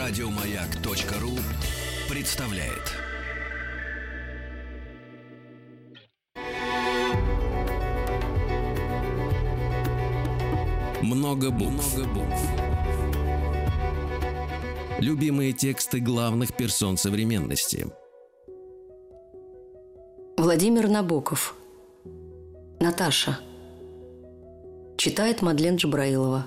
Радиомаяк.ру представляет. Много букв. Любимые тексты главных персон современности. Владимир Набоков. Наташа. Читает Мадлен Джабраилова.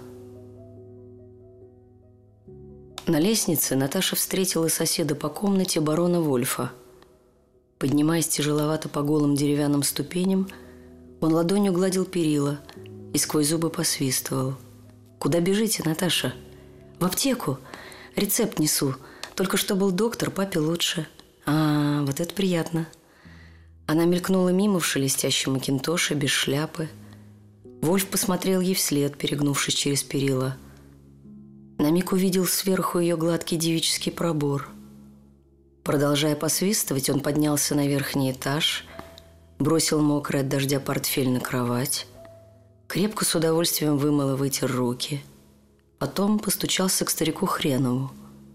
На лестнице Наташа встретила соседа по комнате барона Вольфа. Поднимаясь тяжеловато по голым деревянным ступеням, он ладонью гладил перила и сквозь зубы посвистывал. «Куда бежите, Наташа?» «В аптеку. Рецепт несу. Только что был доктор, папе лучше». «А, вот это приятно». Она мелькнула мимо в шелестящем макинтоше, без шляпы. Вольф посмотрел ей вслед, перегнувшись через перила. На миг увидел сверху ее гладкий девический пробор. Продолжая посвистывать, он поднялся на верхний этаж, бросил мокрый от дождя портфель на кровать, крепко с удовольствием вымыл и вытер руки. Потом постучался к старику Хренову.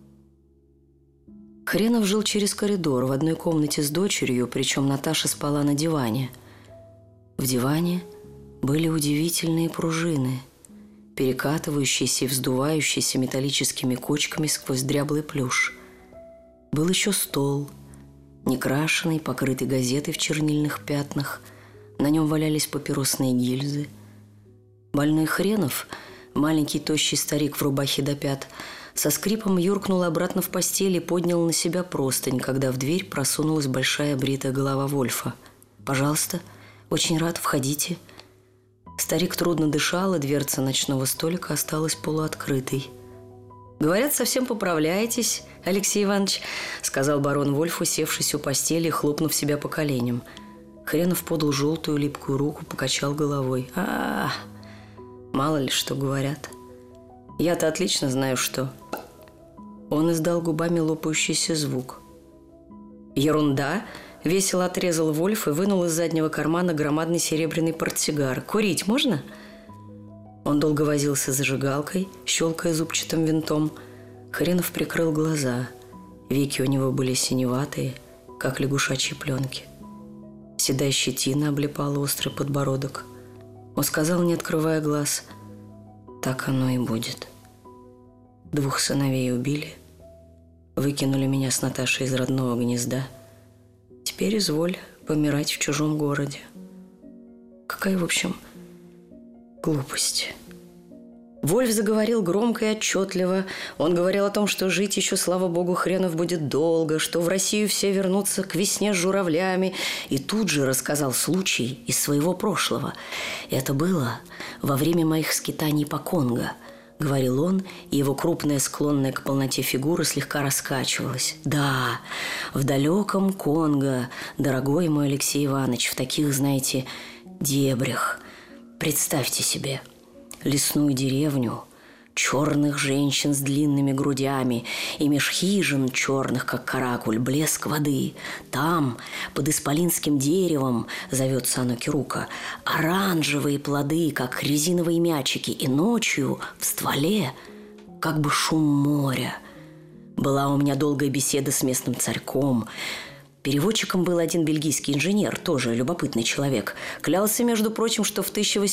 Хренов жил через коридор в одной комнате с дочерью, причем Наташа спала на диване. В диване были удивительные пружины, перекатывающийся и вздувающийся металлическими кочками сквозь дряблый плюш. Был еще стол, некрашенный, покрытый газетой в чернильных пятнах. На нем валялись папиросные гильзы. Больной Хренов, маленький тощий старик в рубахе до пят, со скрипом юркнул обратно в постель и поднял на себя простынь, когда в дверь просунулась большая бритая голова Вольфа. «Пожалуйста, очень рад, входите». Старик трудно дышал, и дверца ночного столика осталась полуоткрытой. «Говорят, совсем поправляетесь, Алексей Иванович», — сказал барон Вольф, усевшись у постели и хлопнув себя по коленям. Хренов подал желтую липкую руку, покачал головой. Мало ли что говорят. Я-то отлично знаю, что». Он издал губами лопающийся звук. «Ерунда!» — весело отрезал Вольф и вынул из заднего кармана громадный серебряный портсигар. «Курить можно?» Он долго возился с зажигалкой, щелкая зубчатым винтом. Хренов прикрыл глаза. Веки у него были синеватые, как лягушачьи пленки. Седая щетина облепала острый подбородок. Он сказал, не открывая глаз: «Так оно и будет. 2 сыновей убили, выкинули меня с Наташей из родного гнезда. Теперь изволь помирать в чужом городе». Какая, в общем, глупость. Вольф заговорил громко и отчетливо. Он говорил о том, что жить еще, слава богу, Хренов будет долго, что в Россию все вернутся к весне с журавлями. И тут же рассказал случай из своего прошлого. «Это было во время моих скитаний по Конго», — говорил он, и его крупная, склонная к полноте фигура слегка раскачивалась. «Да, в далеком Конго, дорогой мой Алексей Иванович, в таких, знаете, дебрях. Представьте себе лесную деревню, черных женщин с длинными грудями и меж хижин черных, как каракуль, блеск воды. Там, под исполинским деревом, зовется оно Кирука, оранжевые плоды, как резиновые мячики, и ночью в стволе как бы шум моря. Была у меня долгая беседа с местным царьком. Переводчиком был один бельгийский инженер, тоже любопытный человек. Клялся, между прочим, что в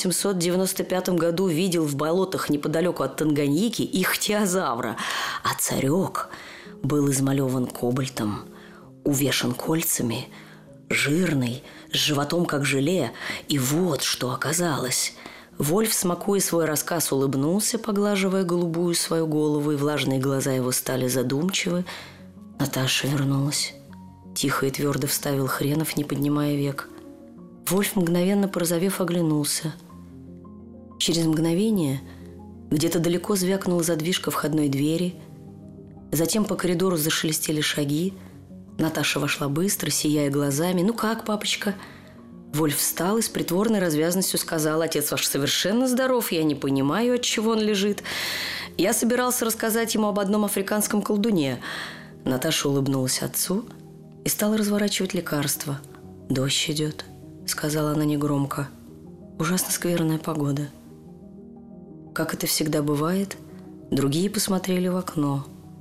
1895 году видел в болотах неподалеку от Танганьики ихтиозавра. А царек был измалеван кобальтом, увешан кольцами, жирный, с животом как желе. И вот что оказалось. Вольф, смакуя свой рассказ, улыбнулся, поглаживая голубую свою голову, и влажные глаза его стали задумчивы. Наташа вернулась. Тихо и твердо вставил Хренов, не поднимая век. Вольф, мгновенно порозовев, оглянулся. Через мгновение где-то далеко звякнула задвижка входной двери. Затем по коридору зашелестели шаги. Наташа вошла быстро, сияя глазами. «Ну как, папочка?» Вольф встал и с притворной развязностью сказал: «Отец ваш совершенно здоров, я не понимаю, от чего он лежит. Я собирался рассказать ему об одном африканском колдуне». Наташа улыбнулась отцу и стала разворачивать лекарства. «Дождь идет», — сказала она негромко. «Ужасно скверная погода». Как это всегда бывает, другие посмотрели в окно.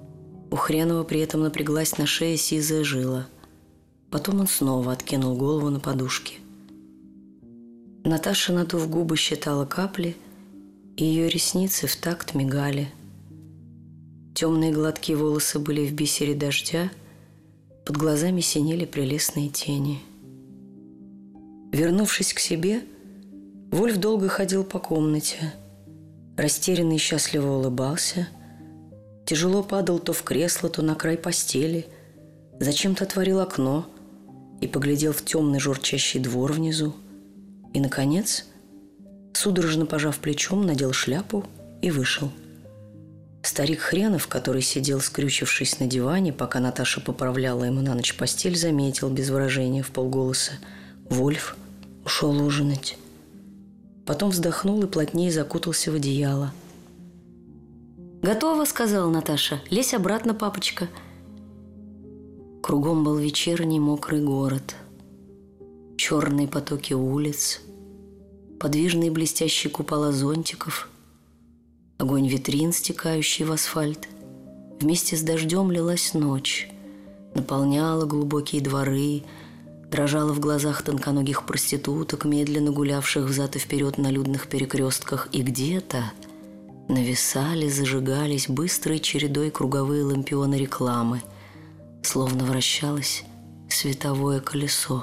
У Хренова при этом напряглась на шее сизая жила. Потом он снова откинул голову на подушке. Наташа, надув губы, считала капли, и ее ресницы в такт мигали. Темные гладкие волосы были в бисере дождя, под глазами синели прелестные тени. Вернувшись к себе, Вольф долго ходил по комнате. Растерянно и счастливо улыбался, тяжело падал то в кресло, то на край постели, зачем-то отворил окно и поглядел в темный журчащий двор внизу. И, наконец, судорожно пожав плечом, надел шляпу и вышел. Старик Хренов, который сидел, скрючившись на диване, пока Наташа поправляла ему на ночь постель, заметил без выражения вполголоса: «Вольф ушел ужинать». Потом вздохнул и плотнее закутался в одеяло. «Готово», — сказала Наташа. «Лезь обратно, папочка». Кругом был вечерний мокрый город. Черные потоки улиц, подвижные блестящие купола зонтиков, огонь витрин, стекающий в асфальт. Вместе с дождем лилась ночь, наполняла глубокие дворы, дрожала в глазах тонконогих проституток, медленно гулявших взад и вперед на людных перекрестках, и где-то нависали, зажигались быстрой чередой круговые лампионы рекламы, словно вращалось световое колесо.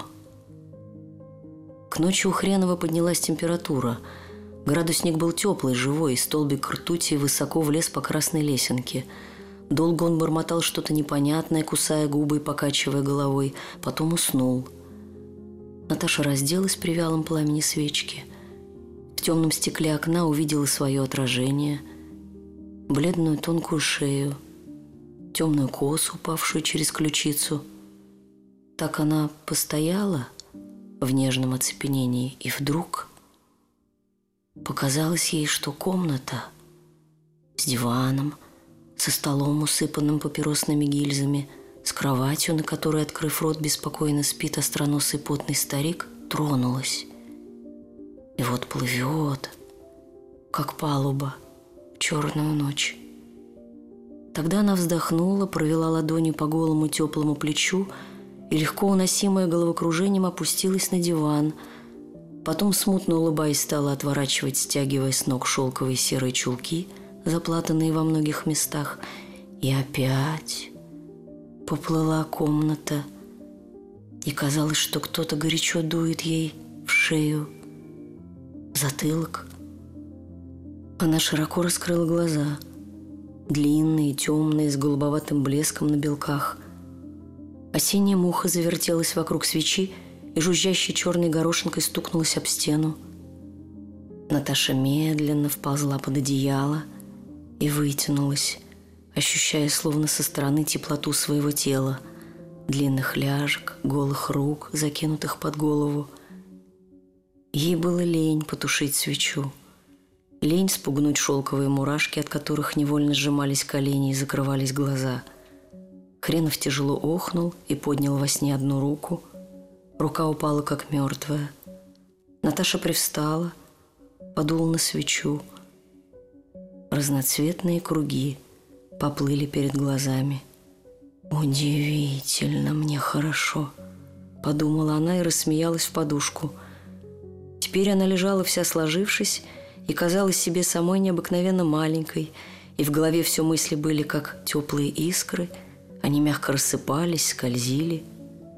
К ночи у Хренова поднялась температура. Градусник был теплый, живой, и столбик ртути высоко влез по красной лесенке. Долго он бормотал что-то непонятное, кусая губы и покачивая головой. Потом уснул. Наташа разделась при вялом пламени свечки. В темном стекле окна увидела свое отражение, бледную тонкую шею, темную косу, упавшую через ключицу. Так она постояла в нежном оцепенении, и вдруг показалось ей, что комната с диваном, со столом, усыпанным папиросными гильзами, с кроватью, на которой, открыв рот, беспокойно спит остроносый потный старик, тронулась. И вот плывет, как палуба, в черную ночь. Тогда она вздохнула, провела ладонью по голому теплому плечу и, легко уносимая головокружением, опустилась на диван. Потом, смутно улыбаясь, стала отворачивать, стягивая с ног шелковые серые чулки, заплатанные во многих местах. И опять поплыла комната, и казалось, что кто-то горячо дует ей в шею, в затылок. Она широко раскрыла глаза, длинные, темные, с голубоватым блеском на белках. Осенняя муха завертелась вокруг свечи и жужжащей черной горошинкой стукнулась об стену. Наташа медленно вползла под одеяло и вытянулась, ощущая словно со стороны теплоту своего тела, длинных ляжек, голых рук, закинутых под голову. Ей было лень потушить свечу, лень спугнуть шелковые мурашки, от которых невольно сжимались колени и закрывались глаза. Хренов тяжело охнул и поднял во сне одну руку. Рука упала, как мертвая. Наташа привстала, подула на свечу. Разноцветные круги поплыли перед глазами. «Удивительно мне хорошо», — подумала она и рассмеялась в подушку. Теперь она лежала вся сложившись и казалась себе самой необыкновенно маленькой, и в голове все мысли были, как теплые искры. Они мягко рассыпались, скользили.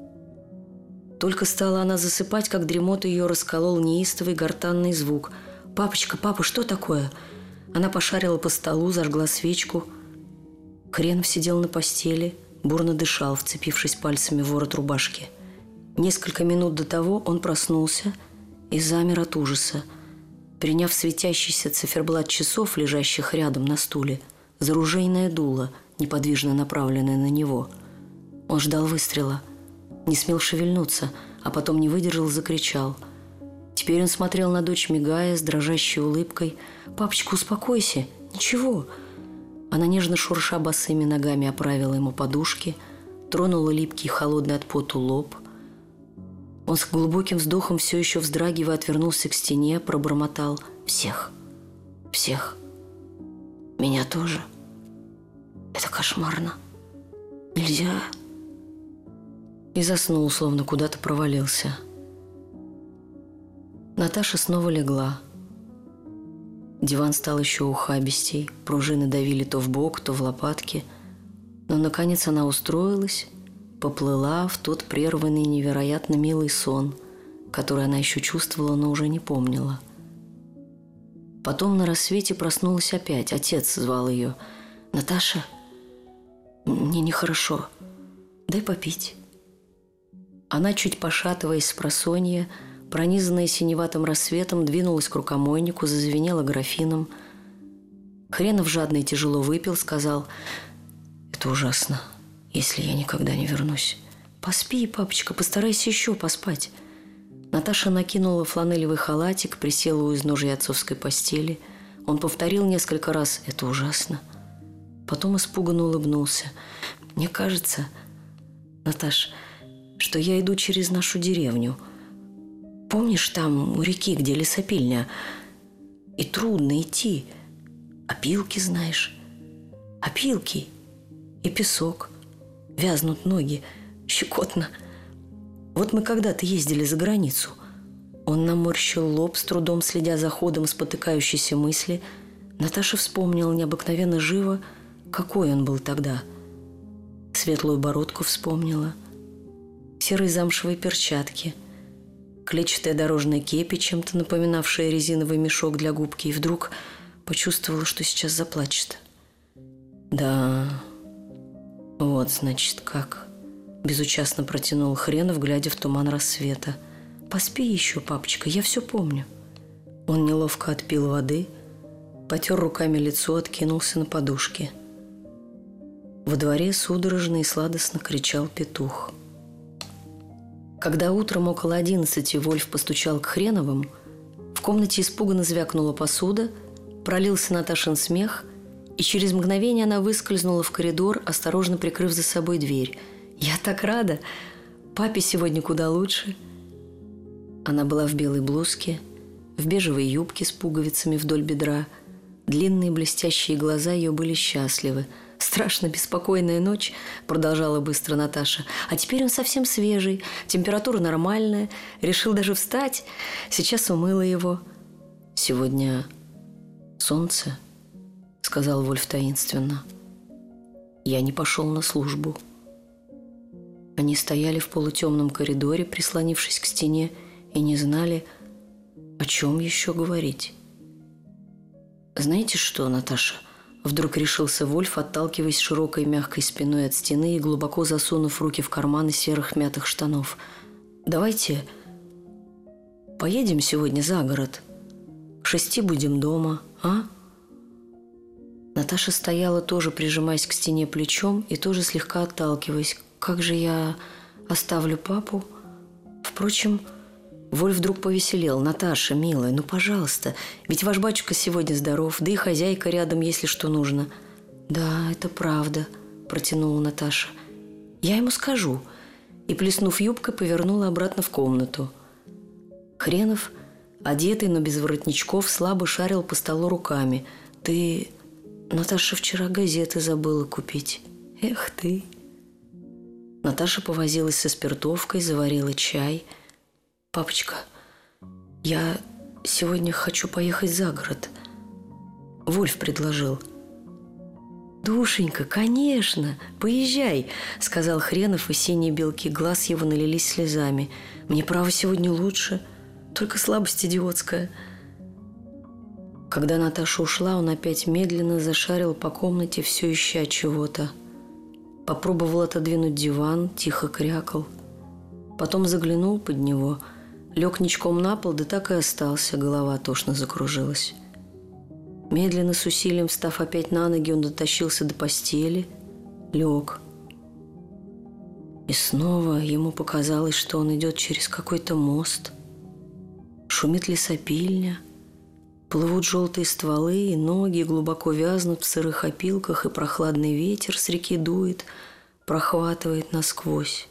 Только стала она засыпать, как дремота ее расколол неистовый гортанный звук. «Папочка, папа, что такое?» Она пошарила по столу, зажгла свечку. Хренов сидел на постели, бурно дышал, вцепившись пальцами в ворот рубашки. Несколько минут до того он проснулся и замер от ужаса, приняв светящийся циферблат часов, лежащих рядом на стуле, за ружейное дуло, неподвижно направленное на него. Он ждал выстрела, не смел шевельнуться, а потом не выдержал, закричал. Теперь он смотрел на дочь, мигая, с дрожащей улыбкой. «Папочка, успокойся, ничего». Она, нежно шурша босыми ногами, оправила ему подушки, тронула липкий, холодный от поту лоб. Он с глубоким вздохом, все еще вздрагивая, отвернулся к стене, пробормотал: «Всех, всех, меня тоже. Это кошмарно». Нельзя. И заснул, словно куда-то провалился. Наташа снова легла. Диван стал еще ухабистей, пружины давили то в бок, то в лопатки. Но, наконец, она устроилась, поплыла в тот прерванный невероятно милый сон, который она еще чувствовала, но уже не помнила. Потом на рассвете проснулась опять. Отец звал ее. «Наташа, мне нехорошо. Дай попить». Она, чуть пошатываясь спросонья, пронизанная синеватым рассветом, двинулась к рукомойнику, зазвенела графином. Хренов жадно и тяжело выпил, сказал: «Это ужасно, если я никогда не вернусь. Поспи, папочка, постарайся еще поспать». Наташа накинула фланелевый халатик, присела у изножья отцовской постели. Он повторил несколько раз: «Это ужасно». Потом испуганно улыбнулся. «Мне кажется, Наташ, что я иду через нашу деревню. Помнишь, там у реки, где лесопильня? И трудно идти. Опилки, знаешь? Опилки и песок. Вязнут ноги. Щекотно. Вот мы когда-то ездили за границу». Он наморщил лоб, с трудом следя за ходом спотыкающейся мысли. Наташа вспомнила необыкновенно живо, какой он был тогда. Светлую бородку вспомнила, серые замшевые перчатки, клетчатая дорожная кепи, чем-то напоминавшая резиновый мешок для губки, и вдруг почувствовала, что сейчас заплачет. «Да, вот, значит, как», – безучастно протянул Хренов, глядя в туман рассвета. «Поспи еще, папочка, я все помню». Он неловко отпил воды, потер руками лицо, откинулся на подушке. Во дворе судорожно и сладостно кричал петух. Когда утром около 11 Вольф постучал к Хреновым, в комнате испуганно звякнула посуда, пролился Наташин смех, и через мгновение она выскользнула в коридор, осторожно прикрыв за собой дверь. «Я так рада! Папе сегодня куда лучше!» Она была в белой блузке, в бежевой юбке с пуговицами вдоль бедра. Длинные блестящие глаза ее были счастливы. «Страшно беспокойная ночь», – продолжала быстро Наташа. «А теперь он совсем свежий, температура нормальная. Решил даже встать. Сейчас умыла его». «Сегодня солнце», – сказал Вольф таинственно. «Я не пошел на службу». Они стояли в полутемном коридоре, прислонившись к стене, и не знали, о чем еще говорить. «Знаете что, Наташа?» Вдруг решился Вольф, отталкиваясь широкой мягкой спиной от стены и глубоко засунув руки в карманы серых мятых штанов. «Давайте поедем сегодня за город. К 6 будем дома, а?» Наташа стояла, тоже прижимаясь к стене плечом и тоже слегка отталкиваясь. «Как же я оставлю папу?» Впрочем, Вольф вдруг повеселел. «Наташа, милая, ну, пожалуйста, ведь ваш батюшка сегодня здоров, да и хозяйка рядом, если что нужно». «Да, это правда», – протянула Наташа. «Я ему скажу». И, плеснув юбкой, повернула обратно в комнату. Хренов, одетый, но без воротничков, слабо шарил по столу руками. «Ты, Наташа, вчера газеты забыла купить. Эх ты». Наташа повозилась со спиртовкой, заварила чай. «Папочка, я сегодня хочу поехать за город. Вольф предложил». «Душенька, конечно, поезжай», – сказал Хренов, и синие белки глаз его налились слезами. «Мне, право, сегодня лучше, только слабость идиотская». Когда Наташа ушла, он опять медленно зашарил по комнате, все ища чего-то. Попробовал отодвинуть диван, тихо крякал. Потом заглянул под него, лег ничком на пол, да так и остался, голова тошно закружилась. Медленно, с усилием встав опять на ноги, он дотащился до постели, лег. И снова ему показалось, что он идет через какой-то мост. Шумит лесопильня, плывут желтые стволы, и ноги глубоко вязнут в сырых опилках, и прохладный ветер с реки дует, прохватывает насквозь.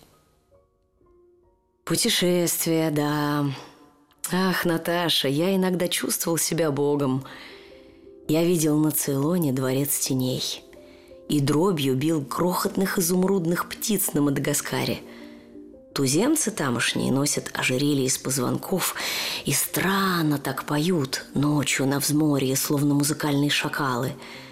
Путешествие, да. Ах, Наташа, я иногда чувствовал себя богом. Я видел на Цейлоне дворец теней. и дробью бил крохотных изумрудных птиц на Мадагаскаре. Туземцы тамошние носят ожерелья из позвонков и странно так поют ночью на взморье, словно музыкальные шакалы.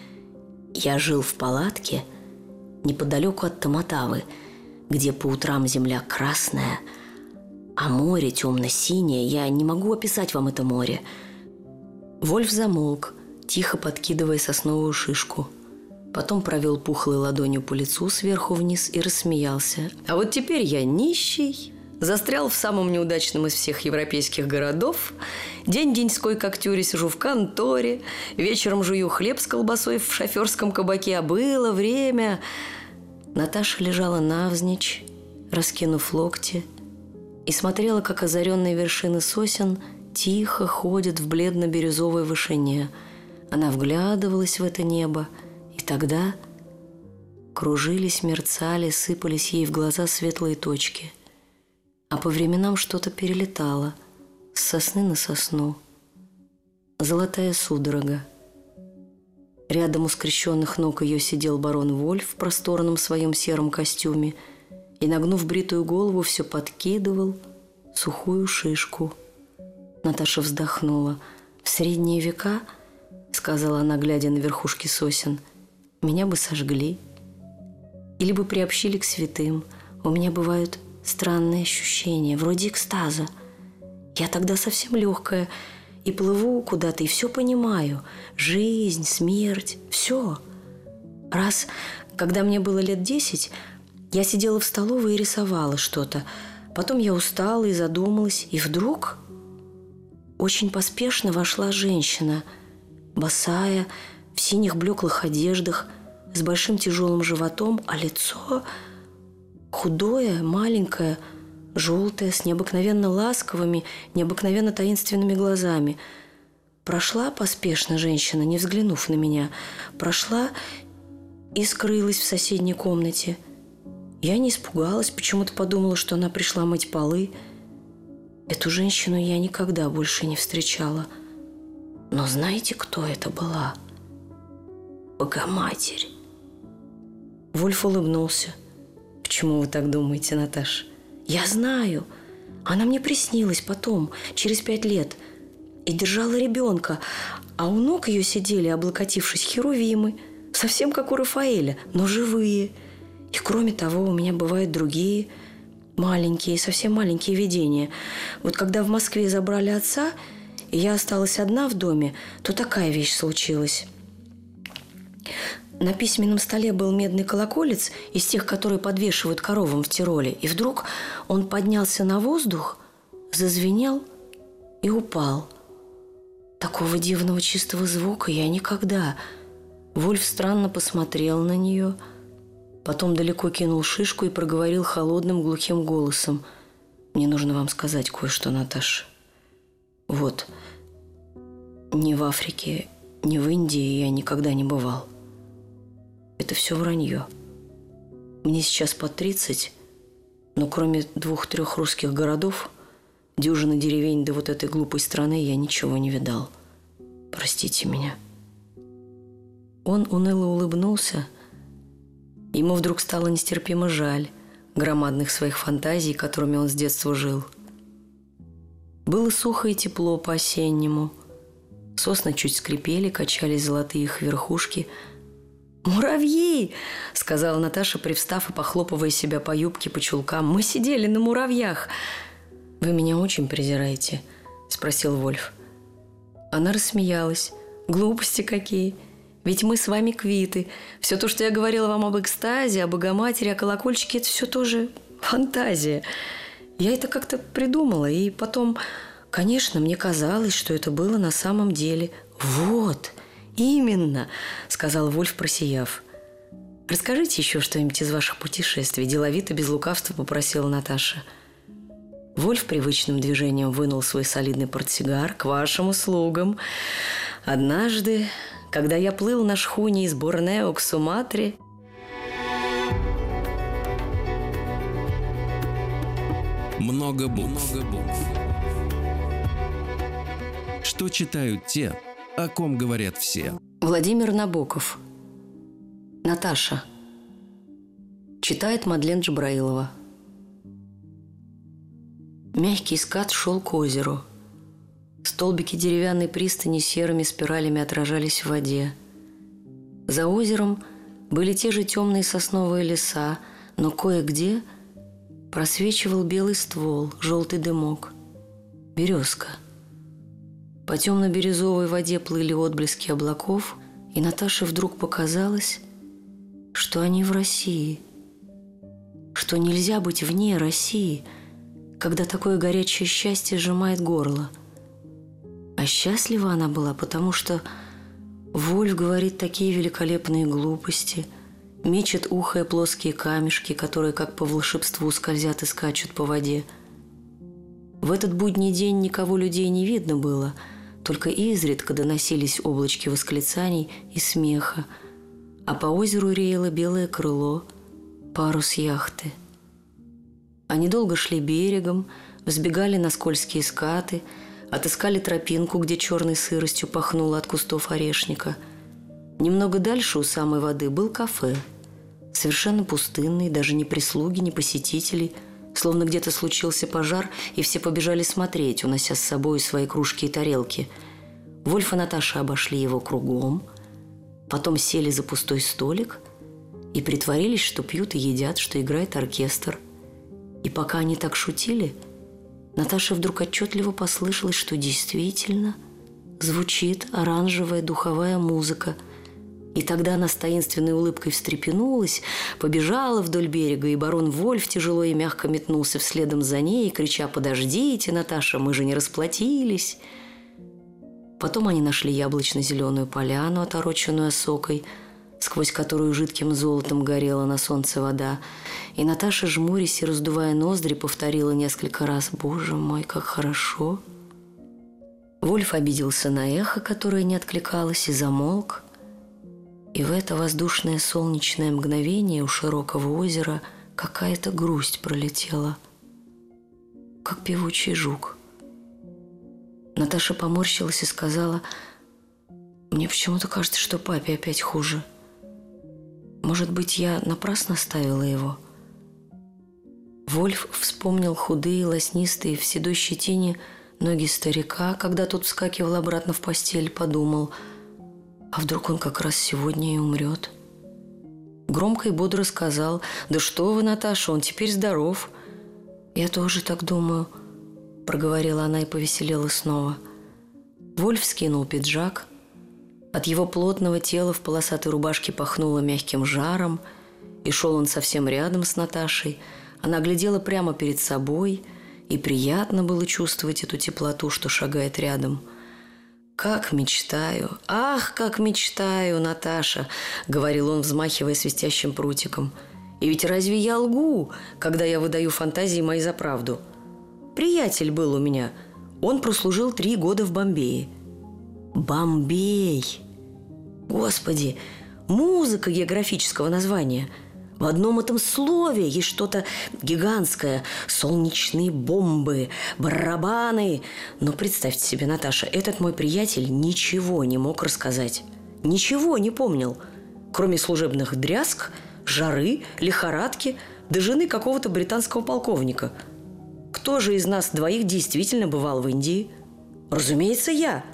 Я жил в палатке неподалеку от Таматавы, где по утрам земля красная, а море темно-синее. Я не могу описать вам это море. Вольф замолк, тихо подкидывая сосновую шишку. Потом провел пухлой ладонью по лицу сверху вниз и рассмеялся. А вот теперь я нищий, застрял в самом неудачном из всех европейских городов. День-деньской как тюре сижу в конторе, вечером жую хлеб с колбасой в шоферском кабаке. А было время... Наташа лежала навзничь, раскинув локти, и смотрела, как озаренные вершины сосен тихо ходят в бледно-бирюзовой вышине. Она вглядывалась в это небо, и тогда кружились, мерцали, сыпались ей в глаза светлые точки. А по временам что-то перелетало с сосны на сосну. Золотая судорога. Рядом у скрещенных ног ее сидел барон Вольф в просторном своем сером костюме и, нагнув бритую голову, все подкидывал сухую шишку. Наташа вздохнула. «В средние века, — сказала она, глядя на верхушки сосен, — меня бы сожгли или бы приобщили к святым. У меня бывают странные ощущения, вроде экстаза. Я тогда совсем легкая и плыву куда-то, и все понимаю. Жизнь, смерть, все. Раз, когда мне было лет 10, я сидела в столовой и рисовала что-то. Потом я устала и задумалась, и вдруг очень поспешно вошла женщина, босая, в синих блеклых одеждах, с большим тяжелым животом, а лицо худое, маленькое, желтое, с необыкновенно ласковыми, необыкновенно таинственными глазами. Прошла поспешно женщина, не взглянув на меня. Прошла и скрылась в соседней комнате. Я не испугалась, почему-то подумала, что она пришла мыть полы. Эту женщину я никогда больше не встречала. Но знаете, кто это была? Богоматерь. Вольф улыбнулся. Почему вы так думаете, Наташа? Я знаю. Она мне приснилась потом, через 5 лет. И держала ребенка. А у ног ее сидели, облокотившись, херувимы. Совсем как у Рафаэля, но живые. И кроме того, у меня бывают другие маленькие, совсем маленькие видения. Вот когда в Москве забрали отца, и я осталась одна в доме, то такая вещь случилась. На письменном столе был медный колоколец из тех, которые подвешивают коровам в Тироле. И вдруг он поднялся на воздух, зазвенел и упал. Такого дивного чистого звука я никогда. Вольф странно посмотрел на нее, потом далеко кинул шишку и проговорил холодным глухим голосом. «Мне нужно вам сказать кое-что, Наташа. Вот, ни в Африке, ни в Индии я никогда не бывал. Это все вранье. Мне сейчас под 30, но кроме 2-3 русских городов, дюжины деревень до вот этой глупой страны я ничего не видал. Простите меня». Он уныло улыбнулся. Ему вдруг стало нестерпимо жаль громадных своих фантазий, которыми он с детства жил. Было сухо и тепло по-осеннему. Сосны чуть скрипели, качались золотые их верхушки. «Муравьи!» – сказала Наташа, привстав и похлопывая себя по юбке, по чулкам. «Мы сидели на муравьях!» «Вы меня очень презираете?» – спросил Вольф. Она рассмеялась. «Глупости какие! Ведь мы с вами квиты. Все то, что я говорила вам об экстазе, о Богоматери, о колокольчике – это все тоже фантазия. Я это как-то придумала. И потом, конечно, мне казалось, что это было на самом деле. Вот, именно!» – сказал Вольф, просияв. «Расскажите еще что-нибудь из ваших путешествий», – деловито, без лукавства попросила Наташа. Вольф привычным движением вынул свой солидный портсигар. «К вашим услугам. Однажды, когда я плыл на шхуне из Борнео к Суматре, Много букв. Что читают те, о ком говорят все. Владимир Набоков. Наташа. Читает Мадлен Джабраилова. Мягкий скат шел к озеру. Столбики деревянной пристани серыми спиралями отражались в воде. За озером были те же темные сосновые леса, но кое-где просвечивал белый ствол, желтый дымок. Березка. По темно-бирюзовой воде плыли отблески облаков, и Наташе вдруг показалось, что они в России, что нельзя быть вне России, когда такое горячее счастье сжимает горло. А счастлива она была, потому что Вольф говорит такие великолепные глупости, мечет ухая плоские камешки, которые как по волшебству скользят и скачут по воде. В этот будний день никого людей не видно было, только изредка доносились облачки восклицаний и смеха, а по озеру реяло белое крыло, парус яхты. Они долго шли берегом, взбегали на скользкие скаты, отыскали тропинку, где черной сыростью пахнуло от кустов орешника. Немного дальше у самой воды был кафе, совершенно пустынный, даже ни прислуги, ни посетителей, словно где-то случился пожар, и все побежали смотреть, унося с собой свои кружки и тарелки. Вольф и Наташа обошли его кругом, потом сели за пустой столик и притворились, что пьют и едят, что играет оркестр. И пока они так шутили, Наташе вдруг отчетливо послышалось, что действительно звучит оранжевая духовая музыка. И тогда она с таинственной улыбкой встрепенулась, побежала вдоль берега, и барон Вольф тяжело и мягко метнулся вследом за ней, крича: «Подождите, Наташа, мы же не расплатились!» Потом они нашли яблочно-зеленую поляну, отороченную осокой, сквозь которую жидким золотом горела на солнце вода. И Наташа, жмурясь и раздувая ноздри, повторила несколько раз: «Боже мой, как хорошо!» Вольф обиделся на эхо, которое не откликалось, и замолк. И в это воздушное солнечное мгновение у широкого озера какая-то грусть пролетела, как певучий жук. Наташа поморщилась и сказала: «Мне почему-то кажется, что папе опять хуже. Может быть, я напрасно оставила его?» Вольф вспомнил худые, лоснистые, в седой щетине ноги старика, когда тот вскакивал обратно в постель, подумал: а вдруг он как раз сегодня и умрет? Громко и бодро сказал: «Да что вы, Наташа, он теперь здоров». «Я тоже так думаю», – проговорила она и повеселела снова. Вольф скинул пиджак. От его плотного тела в полосатой рубашке пахнуло мягким жаром, и шел он совсем рядом с Наташей. Она глядела прямо перед собой, и приятно было чувствовать эту теплоту, что шагает рядом. «Как мечтаю! Ах, как мечтаю, Наташа!» – говорил он, взмахивая свистящим прутиком. «И ведь разве я лгу, когда я выдаю фантазии мои за правду? Приятель был у меня. Он прослужил 3 года в Бомбее». «Бомбей! Господи! Музыка географического названия! В одном этом слове есть что-то гигантское. Солнечные бомбы, барабаны. Но представьте себе, Наташа, этот мой приятель ничего не мог рассказать. Ничего не помнил. Кроме служебных дрязг, жары, лихорадки, да жены какого-то британского полковника. Кто же из нас двоих действительно бывал в Индии? Разумеется, я.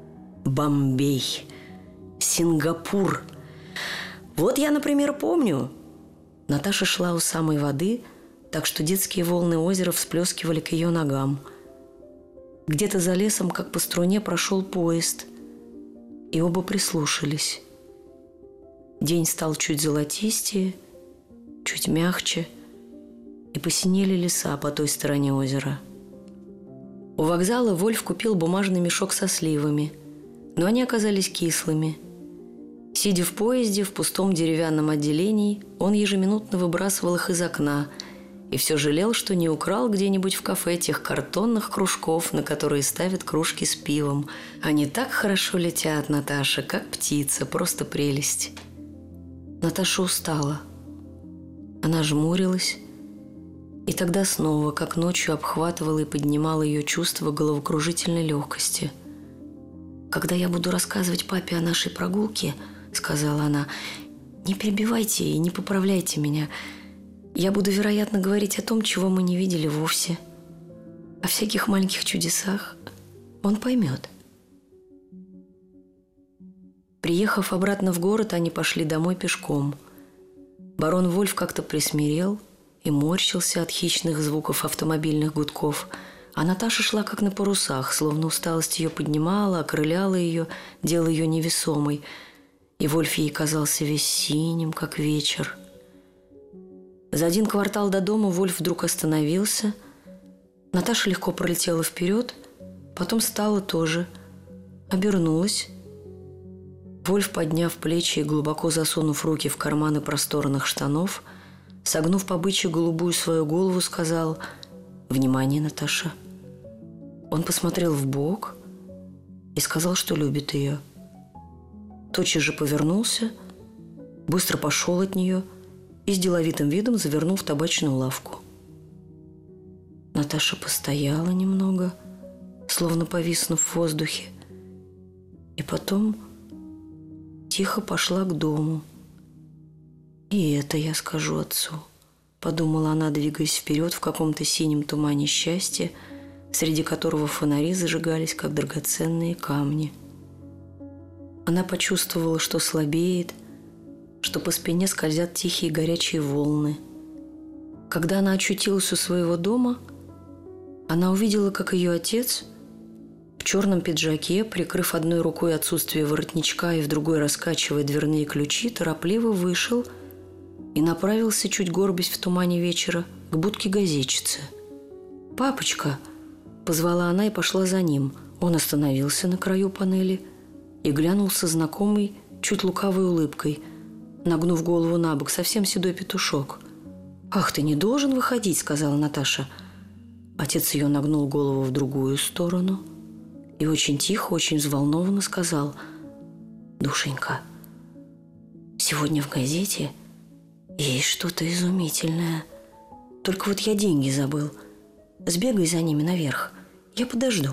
Бомбей. Сингапур. Вот я, например, помню». Наташа шла у самой воды, так что детские волны озера всплескивали к ее ногам. Где-то за лесом, как по струне, прошел поезд, и оба прислушались. День стал чуть золотистее, чуть мягче, и посинели леса по той стороне озера. У вокзала Вольф купил бумажный мешок со сливами, но они оказались кислыми. Сидя в поезде в пустом деревянном отделении, он ежеминутно выбрасывал их из окна и все жалел, что не украл где-нибудь в кафе тех картонных кружков, на которые ставят кружки с пивом. Они так хорошо летят, Наташа, как птица, просто прелесть. Наташа устала. Она жмурилась, и тогда снова, как ночью, обхватывала и поднимала ее чувство головокружительной легкости. «Когда я буду рассказывать папе о нашей прогулке, — сказала она, — Не перебивайте и не поправляйте меня. Я буду, вероятно, говорить о том, чего мы не видели вовсе. О всяких маленьких чудесах. Он поймет. Приехав обратно в город, они пошли домой пешком. Барон Вольф как-то присмирел и морщился от хищных звуков автомобильных гудков, а Наташа шла как на парусах, словно усталость ее поднимала, окрыляла ее, делала ее невесомой, и Вольф ей казался весь синим, как вечер. За 1 квартал до дома Вольф вдруг остановился. Наташа легко пролетела вперед, потом стала тоже, обернулась. Вольф, подняв плечи и глубоко засунув руки в карманы просторных штанов, согнув по бычьи голубую свою голову, сказал: «Внимание, Наташа». Он посмотрел вбок и сказал, что любит ее. Тотчас же повернулся, быстро пошел от нее и с деловитым видом завернул в табачную лавку. Наташа постояла немного, словно повиснув в воздухе, и потом тихо пошла к дому. «И это я скажу отцу», — подумала она, двигаясь вперед в каком-то синем тумане счастья, среди которого фонари зажигались, как драгоценные камни. Она почувствовала, что слабеет, что по спине скользят тихие горячие волны. Когда она очутилась у своего дома, она увидела, как ее отец в черном пиджаке, прикрыв одной рукой отсутствие воротничка и в другой раскачивая дверные ключи, торопливо вышел и направился, чуть горбясь в тумане вечера, к будке газетчицы. «Папочка!» – позвала она и пошла за ним. Он остановился на краю панели и глянул со знакомой, чуть лукавой улыбкой, нагнув голову на бок, совсем седой петушок. «Ах, ты не должен выходить!» – сказала Наташа. Отец ее нагнул голову в другую сторону и очень тихо, очень взволнованно сказал: «Душенька, сегодня в газете есть что-то изумительное. Только вот я деньги забыл. Сбегай за ними наверх, я подожду».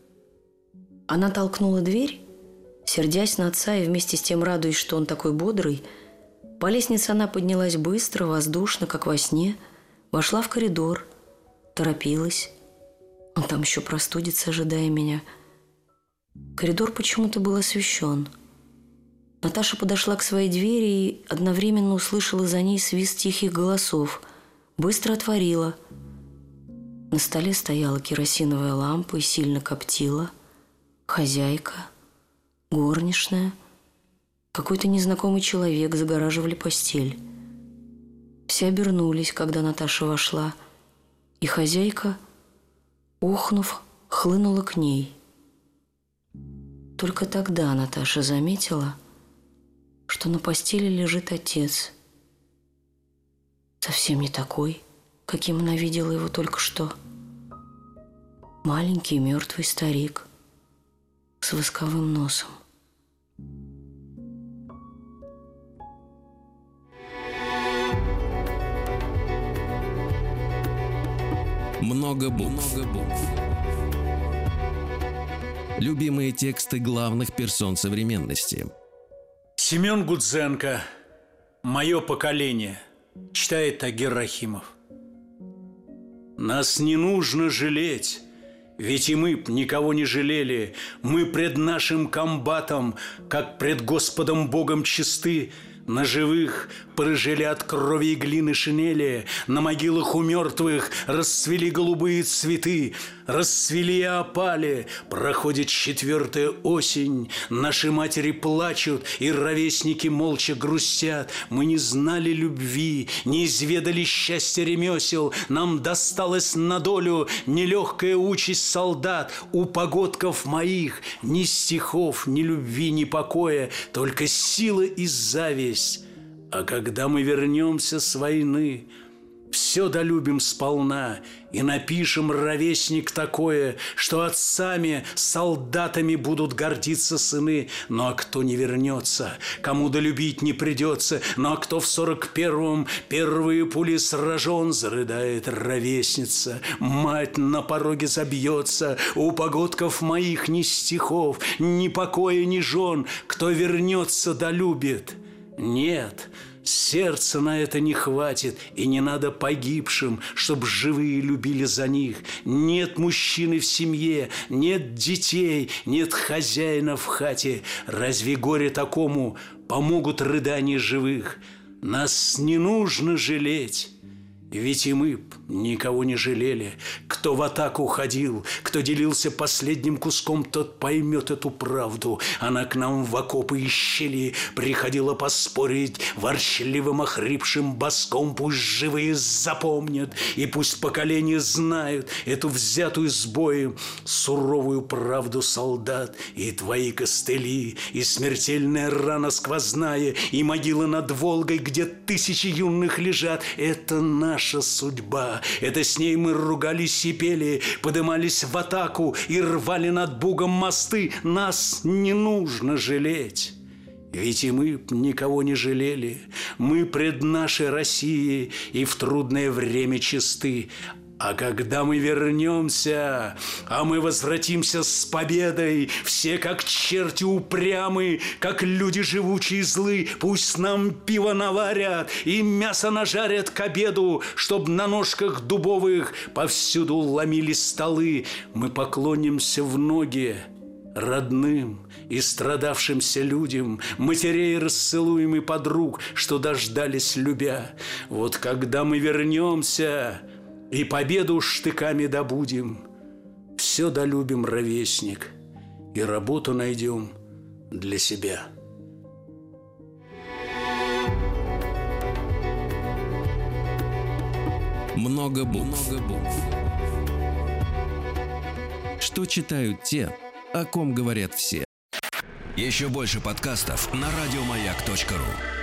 Она толкнула дверь, сердясь на отца и вместе с тем радуясь, что он такой бодрый. По лестнице она поднялась быстро, воздушно, как во сне, вошла в коридор, торопилась. Он там еще простудится, ожидая меня. Коридор почему-то был освещен. Наташа подошла к своей двери и одновременно услышала за ней свист тихих голосов. Быстро отворила. На столе стояла керосиновая лампа и сильно коптила. Хозяйка, горничная, какой-то незнакомый человек загораживали постель. Все обернулись, когда Наташа вошла, и хозяйка, охнув, хлынула к ней. Только тогда Наташа заметила, что на постели лежит отец. Совсем не такой, каким она видела его только что. Маленький мертвый старик с восковым носом. Много букв. Любимые тексты главных персон современности. Семен Гудзенко «Мое поколение», читает Тагир Рахимов. Нас не нужно жалеть, ведь и мы б никого не жалели. Мы пред нашим комбатом, как пред Господом Богом чисты. На живых порыжели от крови и глины шинели, на могилах у мертвых расцвели голубые цветы, расцвели и опали. Проходит 4-я осень, наши матери плачут, и ровесники молча грустят. Мы не знали любви, не изведали счастья ремесел, нам досталась на долю нелегкая участь солдат. У погодков моих ни стихов, ни любви, ни покоя, только сила и зависть. А когда мы вернемся с войны, все долюбим сполна и напишем, ровесник, такое, что отцами, солдатами будут гордиться сыны. Ну а кто не вернется, кому долюбить не придется, ну а кто в 41-м первые пули сражен, зарыдает ровесница, мать на пороге забьется. У погодков моих ни стихов, ни покоя, ни жен, кто вернется, долюбит. Нет, сердца на это не хватит, и не надо погибшим, чтоб живые любили за них. Нет мужчины в семье, нет детей, нет хозяина в хате. Разве горе такому помогут рыдания живых? Нас не нужно жалеть. Ведь и мы б никого не жалели. Кто в атаку ходил, кто делился последним куском, тот поймет эту правду. Она к нам в окопы и щели приходила поспорить ворчливым охрипшим боском. Пусть живые запомнят, и пусть поколения знают эту взятую с боем суровую правду солдат. И твои костыли, и смертельная рана сквозная, и могила над Волгой, где тысячи юных лежат — это наша судьба. Это с ней мы ругались и пели, подымались в атаку и рвали над Бугом мосты. Нас не нужно жалеть. Ведь и мы б никого не жалели. Мы пред нашей Россией и в трудное время чисты. А когда мы вернемся, а мы возвратимся с победой, все как черти упрямы, как люди живучие и злы, пусть нам пиво наварят и мясо нажарят к обеду, чтоб на ножках дубовых повсюду ломили столы. Мы поклонимся в ноги родным и страдавшимся людям, матерей расцелуем и подруг, что дождались любя. Вот когда мы вернемся и победу штыками добудем, все долюбим, ровесник, и работу найдем для себя. Много букв. Что читают те, о ком говорят все. Еще больше подкастов на радиомаяк.ру.